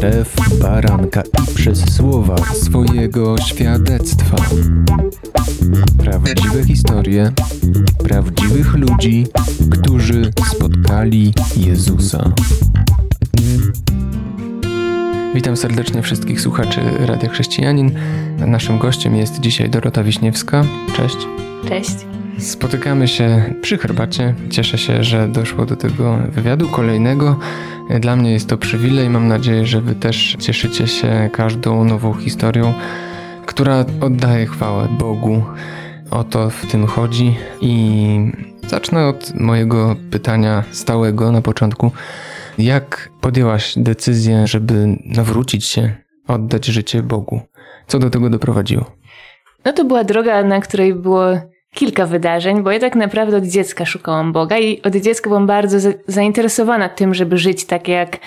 krew baranka i przez słowa swojego świadectwa. Prawdziwe historie prawdziwych ludzi, którzy spotkali Jezusa. Witam serdecznie wszystkich słuchaczy Radia Chrześcijanin. Naszym gościem jest dzisiaj Dorota Wiśniewska. Cześć. Cześć. Spotykamy się przy herbacie. Cieszę się, że doszło do tego wywiadu kolejnego. Dla mnie jest to przywilej. Mam nadzieję, że wy też cieszycie się każdą nową historią, która oddaje chwałę Bogu. O to w tym chodzi. I zacznę od mojego pytania stałego na początku. Jak podjęłaś decyzję, żeby nawrócić się, oddać życie Bogu? Co do tego doprowadziło? No to była droga, na której było kilka wydarzeń, bo ja tak naprawdę od dziecka szukałam Boga i od dziecka byłam bardzo zainteresowana tym, żeby żyć tak jak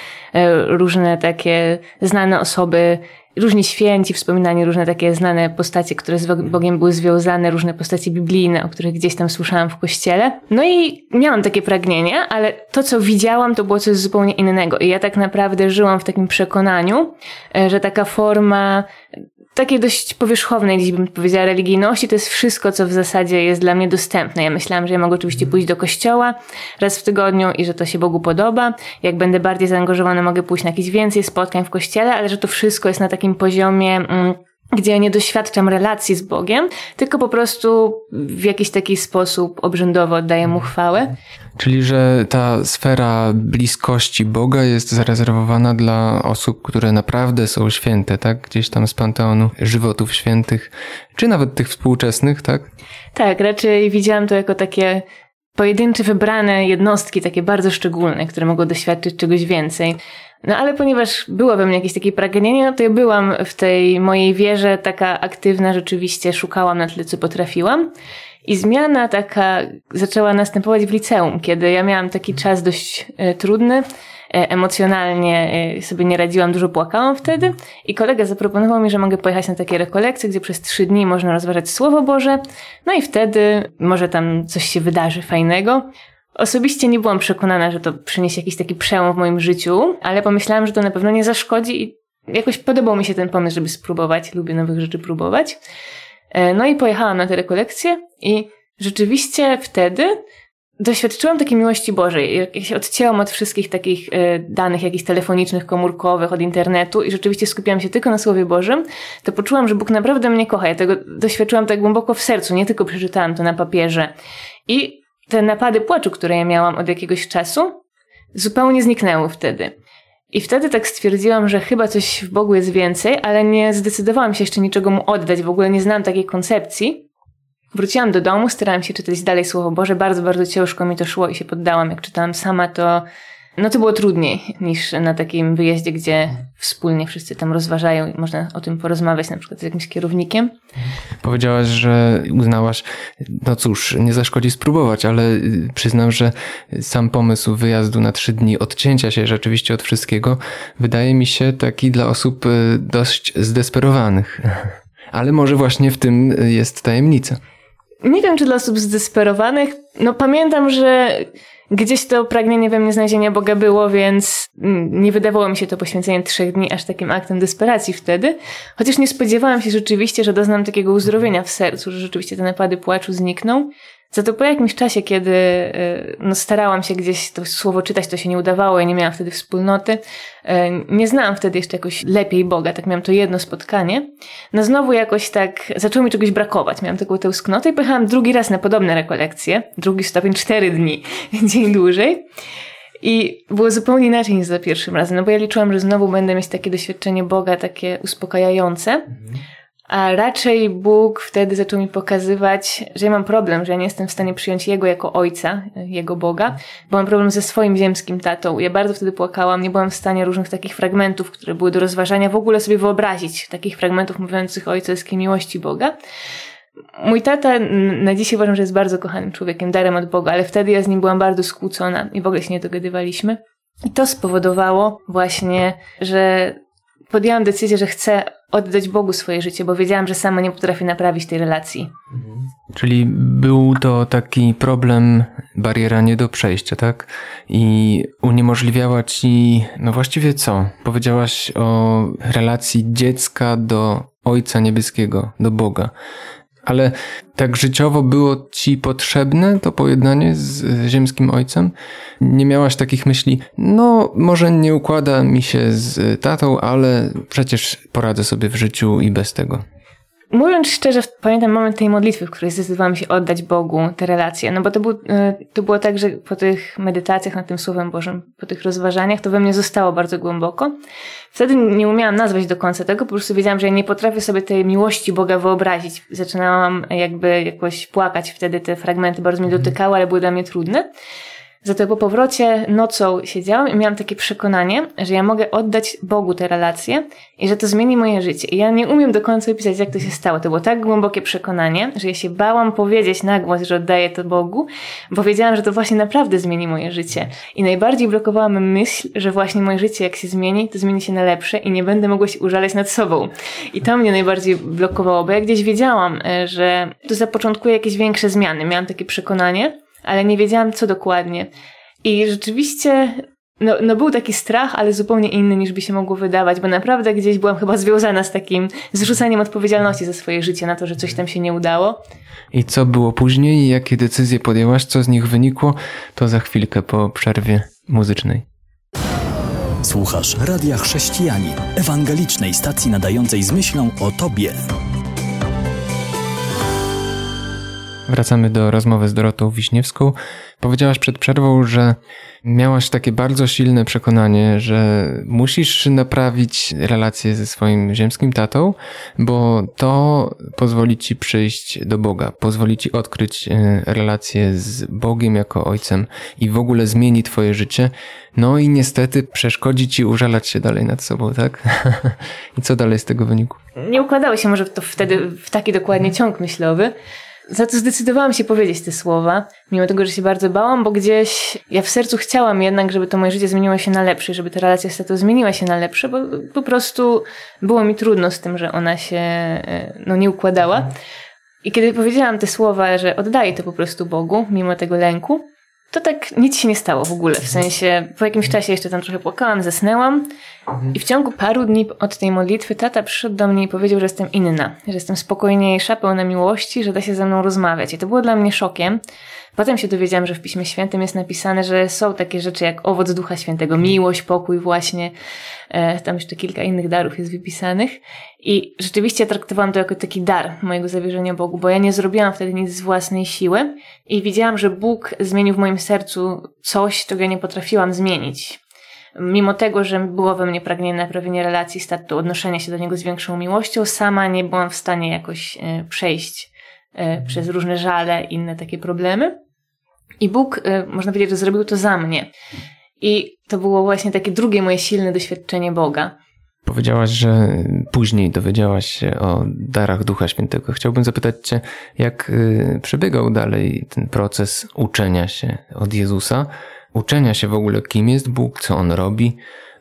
różne takie znane osoby, różni święci, wspominani różne takie znane postacie, które z Bogiem były związane, różne postacie biblijne, o których gdzieś tam słyszałam w kościele. No i miałam takie pragnienie, ale to, co widziałam, to było coś zupełnie innego. I ja tak naprawdę żyłam w takim przekonaniu, że taka forma takiej dość powierzchownej, dziś bym powiedziała, religijności, to jest wszystko, co w zasadzie jest dla mnie dostępne. Ja myślałam, że ja mogę oczywiście pójść do kościoła raz w tygodniu i że to się Bogu podoba. Jak będę bardziej zaangażowana, mogę pójść na jakieś więcej spotkań w kościele, ale że to wszystko jest na takim poziomie, gdzie ja nie doświadczam relacji z Bogiem, tylko po prostu w jakiś taki sposób obrzędowo oddaję Mu chwałę. Czyli, że ta sfera bliskości Boga jest zarezerwowana dla osób, które naprawdę są święte, tak? Gdzieś tam z panteonu żywotów świętych, czy nawet tych współczesnych, tak? Tak, raczej widziałam to jako takie pojedyncze, wybrane jednostki, takie bardzo szczególne, które mogą doświadczyć czegoś więcej. No ale ponieważ było we mnie jakieś takie pragnienie, no to ja byłam w tej mojej wierze taka aktywna, rzeczywiście szukałam na tyle, co potrafiłam. I zmiana taka zaczęła następować w liceum, kiedy ja miałam taki czas dość trudny, emocjonalnie sobie nie radziłam, dużo płakałam wtedy i kolega zaproponował mi, że mogę pojechać na takie rekolekcje, gdzie przez 3 dni można rozważać Słowo Boże, no i wtedy może tam coś się wydarzy fajnego. Osobiście nie byłam przekonana, że to przyniesie jakiś taki przełom w moim życiu, ale pomyślałam, że to na pewno nie zaszkodzi i jakoś podobał mi się ten pomysł, żeby spróbować. Lubię nowych rzeczy próbować. No i pojechałam na te rekolekcje i rzeczywiście wtedy doświadczyłam takiej miłości Bożej. Jak się odcięłam od wszystkich takich danych jakichś telefonicznych, komórkowych, od internetu i rzeczywiście skupiałam się tylko na Słowie Bożym, to poczułam, że Bóg naprawdę mnie kocha. Ja tego doświadczyłam tak głęboko w sercu, nie tylko przeczytałam to na papierze. I te napady płaczu, które ja miałam od jakiegoś czasu, zupełnie zniknęły wtedy. I wtedy tak stwierdziłam, że chyba coś w Bogu jest więcej, ale nie zdecydowałam się jeszcze niczego Mu oddać. W ogóle nie znałam takiej koncepcji. Wróciłam do domu, starałam się czytać dalej Słowo Boże. Bardzo, bardzo ciężko mi to szło i się poddałam. Jak czytałam sama, to było trudniej niż na takim wyjeździe, gdzie wspólnie wszyscy tam rozważają i można o tym porozmawiać, na przykład z jakimś kierownikiem. Powiedziałaś, że uznałaś, no cóż, nie zaszkodzi spróbować, ale przyznam, że sam pomysł wyjazdu na 3 dni, odcięcia się rzeczywiście od wszystkiego, wydaje mi się taki dla osób dość zdesperowanych. Ale może właśnie w tym jest tajemnica. Nie wiem, czy dla osób zdesperowanych. No pamiętam, że gdzieś to pragnienie we mnie znalezienia Boga było, więc nie wydawało mi się to poświęcenie 3 dni aż takim aktem desperacji wtedy. Chociaż nie spodziewałam się rzeczywiście, że doznam takiego uzdrowienia w sercu, że rzeczywiście te napady płaczu znikną. Za to po jakimś czasie, kiedy starałam się gdzieś to słowo czytać, to się nie udawało, ja nie miałam wtedy wspólnoty. Nie znałam wtedy jeszcze jakoś lepiej Boga, tak miałam to jedno spotkanie. No znowu jakoś tak zaczęło mi czegoś brakować, miałam taką tęsknotę i pojechałam drugi raz na podobne rekolekcje, drugi stopień 4 dni, dzień dłużej. I było zupełnie inaczej niż za pierwszym razem, no bo ja liczyłam, że znowu będę mieć takie doświadczenie Boga, takie uspokajające. A raczej Bóg wtedy zaczął mi pokazywać, że ja mam problem, że ja nie jestem w stanie przyjąć Jego jako Ojca, Jego Boga, bo mam problem ze swoim ziemskim tatą. Ja bardzo wtedy płakałam, nie byłam w stanie różnych takich fragmentów, które były do rozważania, w ogóle sobie wyobrazić, takich fragmentów mówiących o ojcowskiej miłości Boga. Mój tata na dzisiaj uważam, że jest bardzo kochanym człowiekiem, darem od Boga, ale wtedy ja z nim byłam bardzo skłócona i w ogóle się nie dogadywaliśmy. I to spowodowało właśnie, że podjęłam decyzję, że chcę oddać Bogu swoje życie, bo wiedziałam, że sama nie potrafię naprawić tej relacji. Czyli był to taki problem, bariera nie do przejścia, tak? I uniemożliwiała ci, no właściwie co? Powiedziałaś o relacji dziecka do Ojca Niebieskiego, do Boga. Ale tak życiowo było ci potrzebne to pojednanie z ziemskim ojcem? Nie miałaś takich myśli, no może nie układa mi się z tatą, ale przecież poradzę sobie w życiu i bez tego. Mówiąc szczerze, pamiętam moment tej modlitwy, w której zdecydowałam się oddać Bogu te relacje. No bo to było tak, że po tych medytacjach nad tym Słowem Bożym, po tych rozważaniach, to we mnie zostało bardzo głęboko. Wtedy nie umiałam nazwać do końca tego, po prostu wiedziałam, że ja nie potrafię sobie tej miłości Boga wyobrazić. Zaczynałam jakby jakoś płakać wtedy, te fragmenty bardzo mnie dotykały, ale były dla mnie trudne. Za to po powrocie nocą siedziałam i miałam takie przekonanie, że ja mogę oddać Bogu te relacje i że to zmieni moje życie. I ja nie umiem do końca opisać, jak to się stało. To było tak głębokie przekonanie, że ja się bałam powiedzieć na głos, że oddaję to Bogu, bo wiedziałam, że to właśnie naprawdę zmieni moje życie. I najbardziej blokowała mnie myśl, że właśnie moje życie, jak się zmieni, to zmieni się na lepsze i nie będę mogła się użalać nad sobą. I to mnie najbardziej blokowało, bo ja gdzieś wiedziałam, że to zapoczątkuje jakieś większe zmiany. Miałam takie przekonanie, ale nie wiedziałam, co dokładnie. I rzeczywiście, no był taki strach, ale zupełnie inny, niż by się mogło wydawać, bo naprawdę gdzieś byłam chyba związana z takim zrzucaniem odpowiedzialności za swoje życie na to, że coś tam się nie udało. I co było później? Jakie decyzje podjęłaś? Co z nich wynikło? To za chwilkę po przerwie muzycznej. Słuchasz Radia Chrześcijanin, ewangelicznej stacji nadającej z myślą o Tobie. Wracamy do rozmowy z Dorotą Wiśniewską. Powiedziałaś przed przerwą, że miałaś takie bardzo silne przekonanie, że musisz naprawić relacje ze swoim ziemskim tatą, bo to pozwoli ci przyjść do Boga, pozwoli ci odkryć relacje z Bogiem jako Ojcem i w ogóle zmieni twoje życie. No i niestety przeszkodzi ci użalać się dalej nad sobą, tak? I co dalej z tego wyniku? Nie układało się może to wtedy w taki dokładnie ciąg myślowy. Za to zdecydowałam się powiedzieć te słowa, mimo tego, że się bardzo bałam, bo gdzieś ja w sercu chciałam jednak, żeby to moje życie zmieniło się na lepsze, żeby ta relacja z tatą zmieniła się na lepsze, bo po prostu było mi trudno z tym, że ona się nie układała. I kiedy powiedziałam te słowa, że oddaję to po prostu Bogu, mimo tego lęku, to tak nic się nie stało w ogóle. W sensie po jakimś czasie jeszcze tam trochę płakałam, zasnęłam i w ciągu paru dni od tej modlitwy tata przyszedł do mnie i powiedział, że jestem inna, że jestem spokojniejsza, pełna miłości, że da się ze mną rozmawiać. I to było dla mnie szokiem. Potem się dowiedziałam, że w Piśmie Świętym jest napisane, że są takie rzeczy jak owoc Ducha Świętego, miłość, pokój właśnie. Tam jeszcze kilka innych darów jest wypisanych. I rzeczywiście traktowałam to jako taki dar mojego zawierzenia Bogu, bo ja nie zrobiłam wtedy nic z własnej siły i widziałam, że Bóg zmienił w moim sercu coś, czego ja nie potrafiłam zmienić. Mimo tego, że było we mnie pragnienie naprawienia relacji z tatą, odnoszenia się do niego z większą miłością, sama nie byłam w stanie jakoś przejść przez różne żale i inne takie problemy. I Bóg, można powiedzieć, że zrobił to za mnie. I to było właśnie takie drugie moje silne doświadczenie Boga. Powiedziałaś, że później dowiedziałaś się o darach Ducha Świętego. Chciałbym zapytać cię, jak przebiegał dalej ten proces uczenia się od Jezusa, uczenia się w ogóle, kim jest Bóg, co On robi,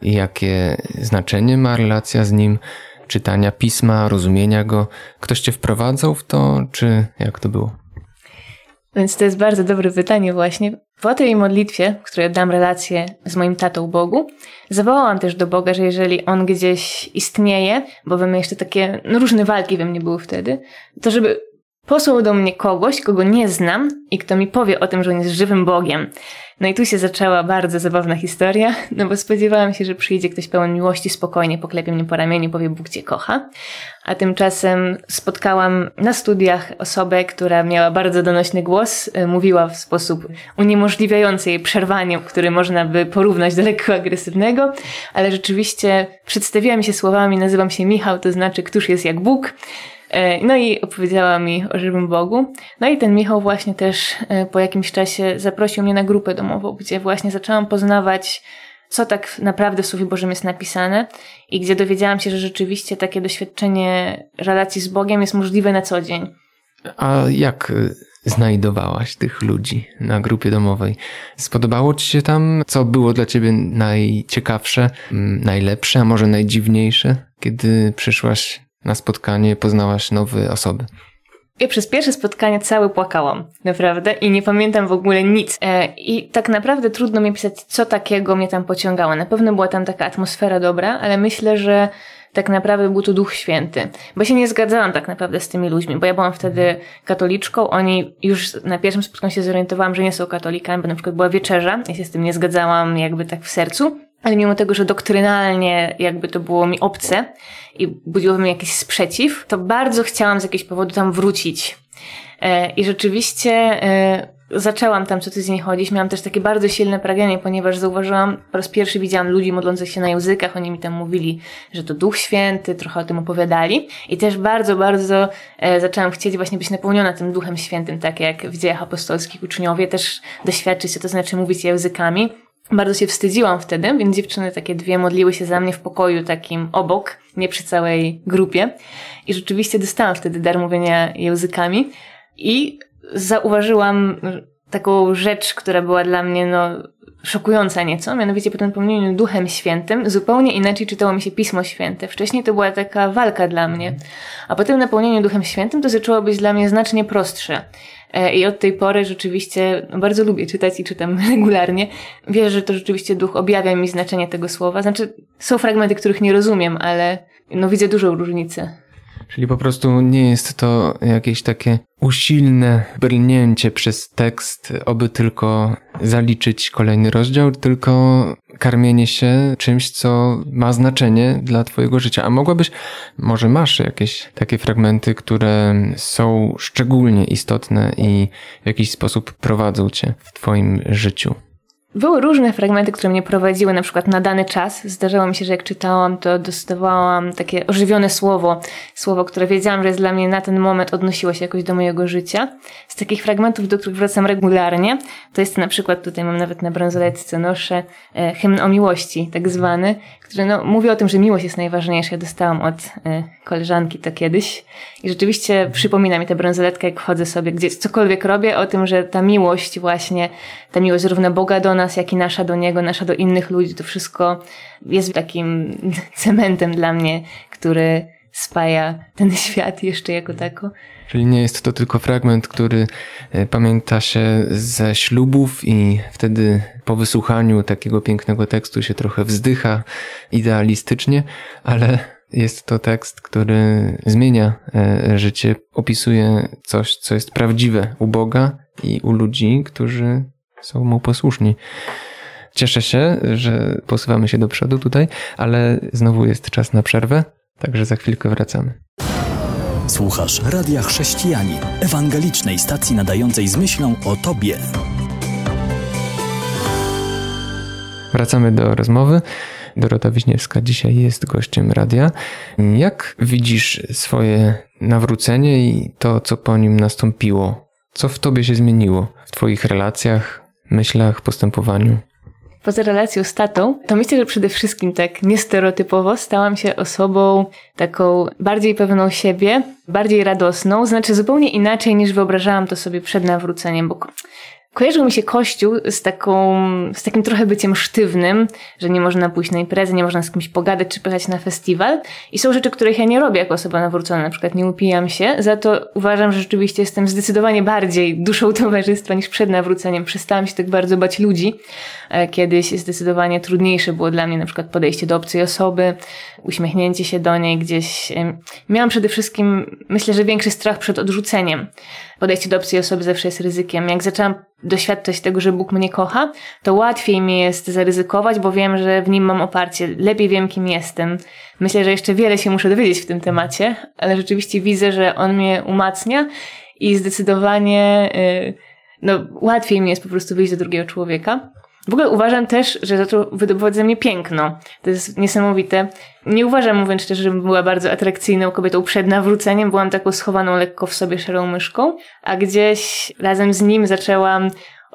jakie znaczenie ma relacja z Nim, czytania Pisma, rozumienia Go. Ktoś cię wprowadzał w to, czy jak to było? Więc to jest bardzo dobre pytanie właśnie. Po tej modlitwie, w której oddałam relację z moim tatą Bogu, zawołałam też do Boga, że jeżeli On gdzieś istnieje, bo we mnie jeszcze takie różne walki we mnie były wtedy, to żeby posłał do mnie kogoś, kogo nie znam i kto mi powie o tym, że On jest żywym Bogiem. No i tu się zaczęła bardzo zabawna historia, no bo spodziewałam się, że przyjdzie ktoś pełen miłości, spokojnie poklepie mnie po ramieniu, powie Bóg cię kocha. A tymczasem spotkałam na studiach osobę, która miała bardzo donośny głos, mówiła w sposób uniemożliwiający jej przerwanie, który można by porównać do lekko agresywnego, ale rzeczywiście przedstawiła mi się słowami, nazywam się Michał, to znaczy któż jest jak Bóg. No i opowiedziała mi o żywym Bogu. No i ten Michał właśnie też po jakimś czasie zaprosił mnie na grupę domową, gdzie właśnie zaczęłam poznawać, co tak naprawdę w Słowie Bożym jest napisane i gdzie dowiedziałam się, że rzeczywiście takie doświadczenie relacji z Bogiem jest możliwe na co dzień. A jak znajdowałaś tych ludzi na grupie domowej? Spodobało ci się tam? Co było dla ciebie najciekawsze, najlepsze, a może najdziwniejsze, kiedy przyszłaś na spotkanie, poznałaś nowe osoby? Ja przez pierwsze spotkanie cały płakałam, naprawdę, i nie pamiętam w ogóle nic. I tak naprawdę trudno mi pisać, co takiego mnie tam pociągało. Na pewno była tam taka atmosfera dobra, ale myślę, że tak naprawdę był to Duch Święty. Bo się nie zgadzałam tak naprawdę z tymi ludźmi, bo ja byłam wtedy katoliczką, oni już na pierwszym spotkaniu się zorientowałam, że nie są katolikami, bo na przykład była wieczerza, ja się z tym nie zgadzałam jakby tak w sercu. Ale mimo tego, że doktrynalnie jakby to było mi obce i budziło we mnie jakiś sprzeciw, to bardzo chciałam z jakiegoś powodu tam wrócić. I rzeczywiście zaczęłam tam co tydzień chodzić. Miałam też takie bardzo silne pragnienie, ponieważ zauważyłam, po raz pierwszy widziałam ludzi modlących się na językach. Oni mi tam mówili, że to Duch Święty, trochę o tym opowiadali. I też bardzo, bardzo zaczęłam chcieć właśnie być napełniona tym Duchem Świętym, tak jak w Dziejach Apostolskich uczniowie, też doświadczyć się, to znaczy mówić językami. Bardzo się wstydziłam wtedy, więc dziewczyny takie dwie modliły się za mnie w pokoju takim obok, nie przy całej grupie. I rzeczywiście dostałam wtedy dar mówienia językami i zauważyłam taką rzecz, która była dla mnie szokująca nieco, mianowicie po tym napełnieniu Duchem Świętym zupełnie inaczej czytało mi się Pismo Święte. Wcześniej to była taka walka dla mnie, a po tym napełnieniu Duchem Świętym to zaczęło być dla mnie znacznie prostsze. I od tej pory rzeczywiście bardzo lubię czytać i czytam regularnie. Wierzę, że to rzeczywiście Duch objawia mi znaczenie tego słowa. Znaczy, są fragmenty, których nie rozumiem, ale widzę dużą różnicę. Czyli po prostu nie jest to jakieś takie usilne brnięcie przez tekst, oby tylko zaliczyć kolejny rozdział, tylko karmienie się czymś, co ma znaczenie dla twojego życia. A mogłabyś, może masz jakieś takie fragmenty, które są szczególnie istotne i w jakiś sposób prowadzą cię w twoim życiu? Były różne fragmenty, które mnie prowadziły na przykład na dany czas. Zdarzało mi się, że jak czytałam, to dostawałam takie ożywione słowo, które wiedziałam, że jest dla mnie na ten moment, odnosiło się jakoś do mojego życia. Z takich fragmentów, do których wracam regularnie, to jest na przykład, tutaj mam nawet na bransoletce, noszę hymn o miłości, tak zwany, który mówi o tym, że miłość jest najważniejsza. Ja dostałam od koleżanki to kiedyś i rzeczywiście przypomina mi tę bransoletkę, jak chodzę sobie gdzieś, cokolwiek robię, o tym, że ta miłość właśnie, ta miłość zarówno Boga do nas, jak i nasza do Niego, nasza do innych ludzi, to wszystko jest takim cementem dla mnie, który spaja ten świat jeszcze jako tako. Czyli nie jest to tylko fragment, który pamięta się ze ślubów i wtedy po wysłuchaniu takiego pięknego tekstu się trochę wzdycha idealistycznie, ale jest to tekst, który zmienia życie, opisuje coś, co jest prawdziwe u Boga i u ludzi, którzy są Mu posłuszni. Cieszę się, że posuwamy się do przodu tutaj, ale znowu jest czas na przerwę, także za chwilkę wracamy. Słuchasz Radia Chrześcijanin, ewangelicznej stacji nadającej z myślą o Tobie. Wracamy do rozmowy. Dorota Wiśniewska dzisiaj jest gościem radia. Jak widzisz swoje nawrócenie i to, co po nim nastąpiło? Co w tobie się zmieniło? W twoich relacjach, myślach, postępowaniu? Poza relacją z tatą, to myślę, że przede wszystkim tak niestereotypowo stałam się osobą taką bardziej pewną siebie, bardziej radosną, znaczy zupełnie inaczej niż wyobrażałam to sobie przed nawróceniem, bo kojarzył mi się Kościół z takim trochę byciem sztywnym, że nie można pójść na imprezę, nie można z kimś pogadać czy pojechać na festiwal. I są rzeczy, których ja nie robię jako osoba nawrócona, na przykład nie upijam się. Za to uważam, że rzeczywiście jestem zdecydowanie bardziej duszą towarzystwa niż przed nawróceniem. Przestałam się tak bardzo bać ludzi. Kiedyś zdecydowanie trudniejsze było dla mnie na przykład podejście do obcej osoby, uśmiechnięcie się do niej gdzieś. Miałam przede wszystkim, myślę, że większy strach przed odrzuceniem. Podejście do obcej osoby zawsze jest ryzykiem. Jak zaczęłam doświadczać tego, że Bóg mnie kocha, to łatwiej mi jest zaryzykować, bo wiem, że w Nim mam oparcie. Lepiej wiem, kim jestem. Myślę, że jeszcze wiele się muszę dowiedzieć w tym temacie, ale rzeczywiście widzę, że On mnie umacnia i zdecydowanie łatwiej mi jest po prostu wyjść do drugiego człowieka. W ogóle uważam też, że zaczął wydobywać ze mnie piękno. To jest niesamowite. Nie uważam, mówiąc szczerze, żebym była bardzo atrakcyjną kobietą przed nawróceniem. Byłam taką schowaną lekko w sobie szarą myszką, a gdzieś razem z nim zaczęłam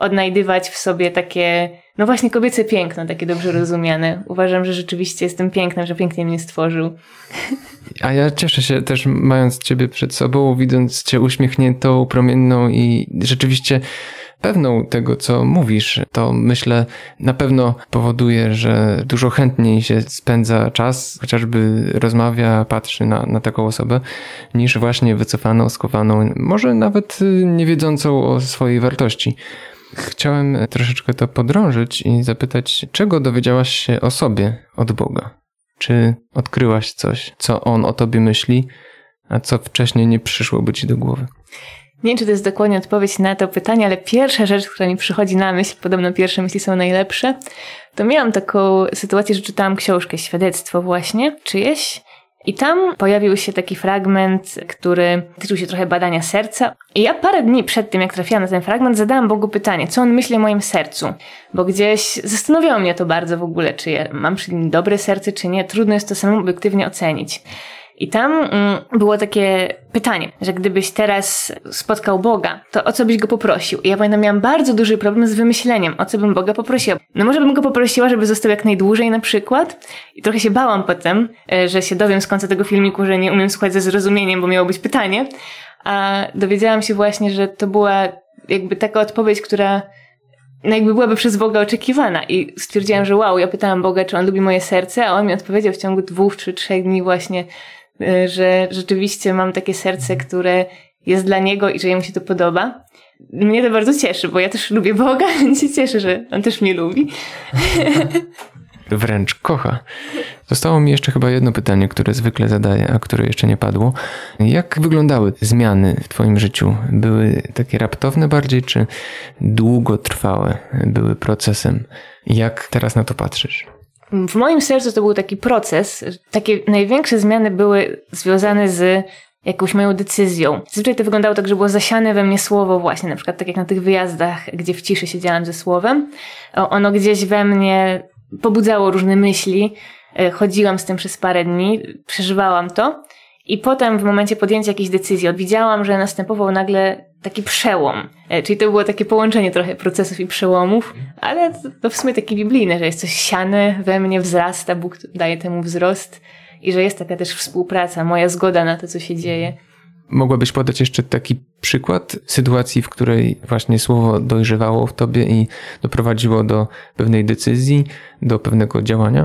odnajdywać w sobie takie, no właśnie kobiece piękno, takie dobrze rozumiane. Uważam, że rzeczywiście jestem piękna, że pięknie mnie stworzył. A ja cieszę się też, mając ciebie przed sobą, widząc cię uśmiechniętą, promienną i rzeczywiście pewną tego, co mówisz. To myślę na pewno powoduje, że dużo chętniej się spędza czas, chociażby rozmawia, patrzy na taką osobę, niż właśnie wycofaną, skowaną, może nawet nie wiedzącą o swojej wartości. Chciałem troszeczkę to podrążyć i zapytać, czego dowiedziałaś się o sobie od Boga? Czy odkryłaś coś, co On o tobie myśli, a co wcześniej nie przyszłoby ci do głowy? Nie wiem, czy to jest dokładnie odpowiedź na to pytanie, ale pierwsza rzecz, która mi przychodzi na myśl, podobno pierwsze myśli są najlepsze, to miałam taką sytuację, że czytałam książkę, świadectwo właśnie, czyjeś, i tam pojawił się taki fragment, który tyczył się trochę badania serca. I ja parę dni przed tym, jak trafiłam na ten fragment, zadałam Bogu pytanie, co On myśli o moim sercu. Bo gdzieś zastanawiało mnie to bardzo w ogóle, czy ja mam przy nim dobre serce, czy nie. Trudno jest to samemu obiektywnie ocenić. I tam było takie pytanie, że gdybyś teraz spotkał Boga, to o co byś Go poprosił? I ja pamiętam, miałam bardzo duży problem z wymyśleniem, o co bym Boga poprosiła. No może bym Go poprosiła, żeby został jak najdłużej na przykład. I trochę się bałam potem, że się dowiem z końca tego filmiku, że nie umiem słuchać ze zrozumieniem, bo miało być pytanie. A dowiedziałam się właśnie, że to była jakby taka odpowiedź, która no jakby byłaby przez Boga oczekiwana. I stwierdziłam, że wow, ja pytałam Boga, czy On lubi moje serce, a On mi odpowiedział w ciągu 2 czy 3 dni właśnie, że rzeczywiście mam takie serce, które jest dla Niego i że Jemu się to podoba. Mnie to bardzo cieszy, bo ja też lubię Boga, więc się cieszę, że On też mnie lubi. Wręcz kocha. Zostało mi jeszcze chyba jedno pytanie, które zwykle zadaję, a które jeszcze nie padło. Jak wyglądały zmiany w twoim życiu? Były takie raptowne bardziej, czy długotrwałe były procesem? Jak teraz na to patrzysz? W moim sercu to był taki proces. Takie największe zmiany były związane z jakąś moją decyzją. Zazwyczaj to wyglądało tak, że było zasiane we mnie słowo właśnie, na przykład tak jak na tych wyjazdach, gdzie w ciszy siedziałam ze słowem. Ono gdzieś we mnie pobudzało różne myśli. Chodziłam z tym przez parę dni, przeżywałam to i potem w momencie podjęcia jakiejś decyzji widziałam, że następował nagle taki przełom. Czyli to było takie połączenie trochę procesów i przełomów, ale to w sumie takie biblijne, że jest coś siane we mnie, wzrasta, Bóg daje temu wzrost i że jest taka też współpraca, moja zgoda na to, co się dzieje. Mogłabyś podać jeszcze taki przykład sytuacji, w której właśnie słowo dojrzewało w tobie i doprowadziło do pewnej decyzji, do pewnego działania?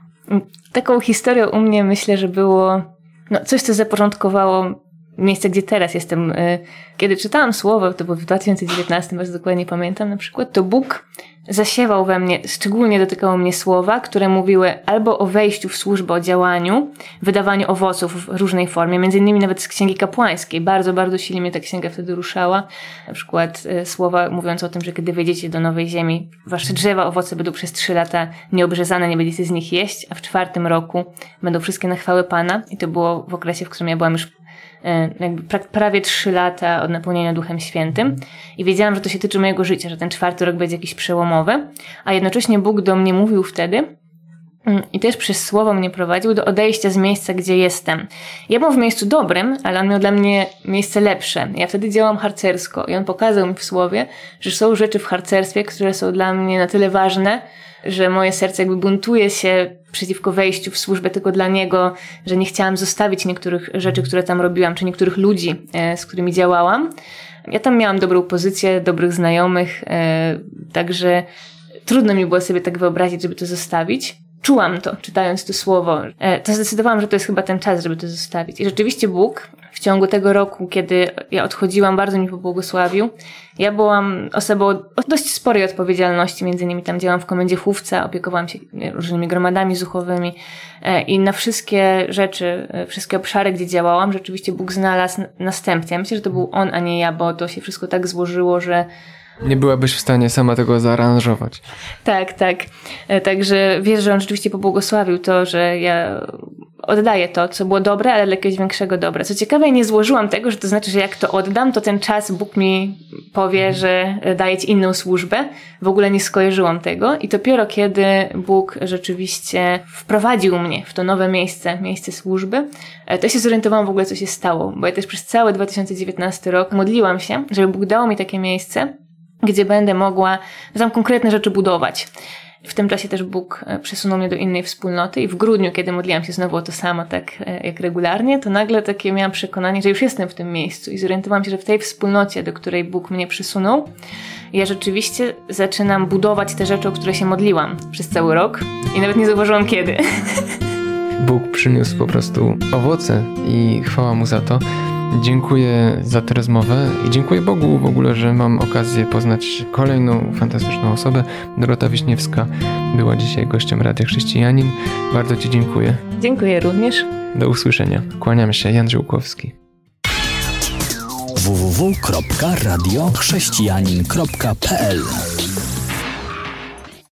Taką historią u mnie myślę, że było coś, co zaporządkowało miejsce, gdzie teraz jestem. Kiedy czytałam słowo, to było w 2019, bardzo dokładnie pamiętam na przykład, to Bóg zasiewał we mnie, szczególnie dotykało mnie słowa, które mówiły albo o wejściu w służbę, o działaniu, wydawaniu owoców w różnej formie, między innymi nawet z Księgi Kapłańskiej. Bardzo, bardzo silnie mnie ta księga wtedy ruszała. Na przykład słowa mówiące o tym, że kiedy wejdziecie do nowej ziemi, wasze drzewa, owoce będą przez 3 lata nieobrzezane, nie będziecie z nich jeść, a w 4. roku będą wszystkie na chwałę Pana. I to było w okresie, w którym ja byłam już jakby prawie 3 lata od napełnienia Duchem Świętym i wiedziałam, że to się tyczy mojego życia, że ten 4. rok będzie jakiś przełomowy, a jednocześnie Bóg do mnie mówił wtedy i też przez słowo mnie prowadził do odejścia z miejsca, gdzie jestem. Ja byłam w miejscu dobrym, ale On miał dla mnie miejsce lepsze. Ja wtedy działałam harcersko i On pokazał mi w słowie, że są rzeczy w harcerstwie, które są dla mnie na tyle ważne, że moje serce jakby buntuje się przeciwko wejściu w służbę tylko dla Niego, że nie chciałam zostawić niektórych rzeczy, które tam robiłam, czy niektórych ludzi, z którymi działałam. Ja tam miałam dobrą pozycję, dobrych znajomych, także trudno mi było sobie tak wyobrazić, żeby to zostawić. Czułam to, czytając to słowo. To zdecydowałam, że to jest chyba ten czas, żeby to zostawić. I rzeczywiście Bóg w ciągu tego roku, kiedy ja odchodziłam, bardzo mi pobłogosławił. Ja byłam osobą o dość sporej odpowiedzialności, między innymi tam działałam w komendzie chówca, opiekowałam się różnymi gromadami zuchowymi i na wszystkie rzeczy, wszystkie obszary, gdzie działałam, rzeczywiście Bóg znalazł następcę. Ja myślę, że to był On, a nie ja, bo to się wszystko tak złożyło, że nie byłabyś w stanie sama tego zaaranżować. Tak. Także wierzę, że On rzeczywiście pobłogosławił to, że ja oddaję to, co było dobre, ale dla jakiegoś większego dobra. Co ciekawe, nie złożyłam tego, że to znaczy, że jak to oddam, to ten czas Bóg mi powie, że daje ci inną służbę. W ogóle nie skojarzyłam tego i dopiero kiedy Bóg rzeczywiście wprowadził mnie w to nowe miejsce służby, to się zorientowałam w ogóle, co się stało. Bo ja też przez cały 2019 rok modliłam się, żeby Bóg dał mi takie miejsce, gdzie będę mogła tam konkretne rzeczy budować. W tym czasie też Bóg przesunął mnie do innej wspólnoty i w grudniu, kiedy modliłam się znowu o to samo, tak jak regularnie, to nagle takie miałam przekonanie, że już jestem w tym miejscu i zorientowałam się, że w tej wspólnocie, do której Bóg mnie przysunął, ja rzeczywiście zaczynam budować te rzeczy, o które się modliłam przez cały rok i nawet nie zauważyłam kiedy. Bóg przyniósł po prostu owoce i chwała Mu za to. Dziękuję za tę rozmowę i dziękuję Bogu w ogóle, że mam okazję poznać kolejną fantastyczną osobę. Dorota Wiśniewska była dzisiaj gościem Radia Chrześcijanin. Bardzo Ci dziękuję. Dziękuję również. Do usłyszenia. Kłaniam się, Jan Żyłkowski. www.radiochrześcijanin.pl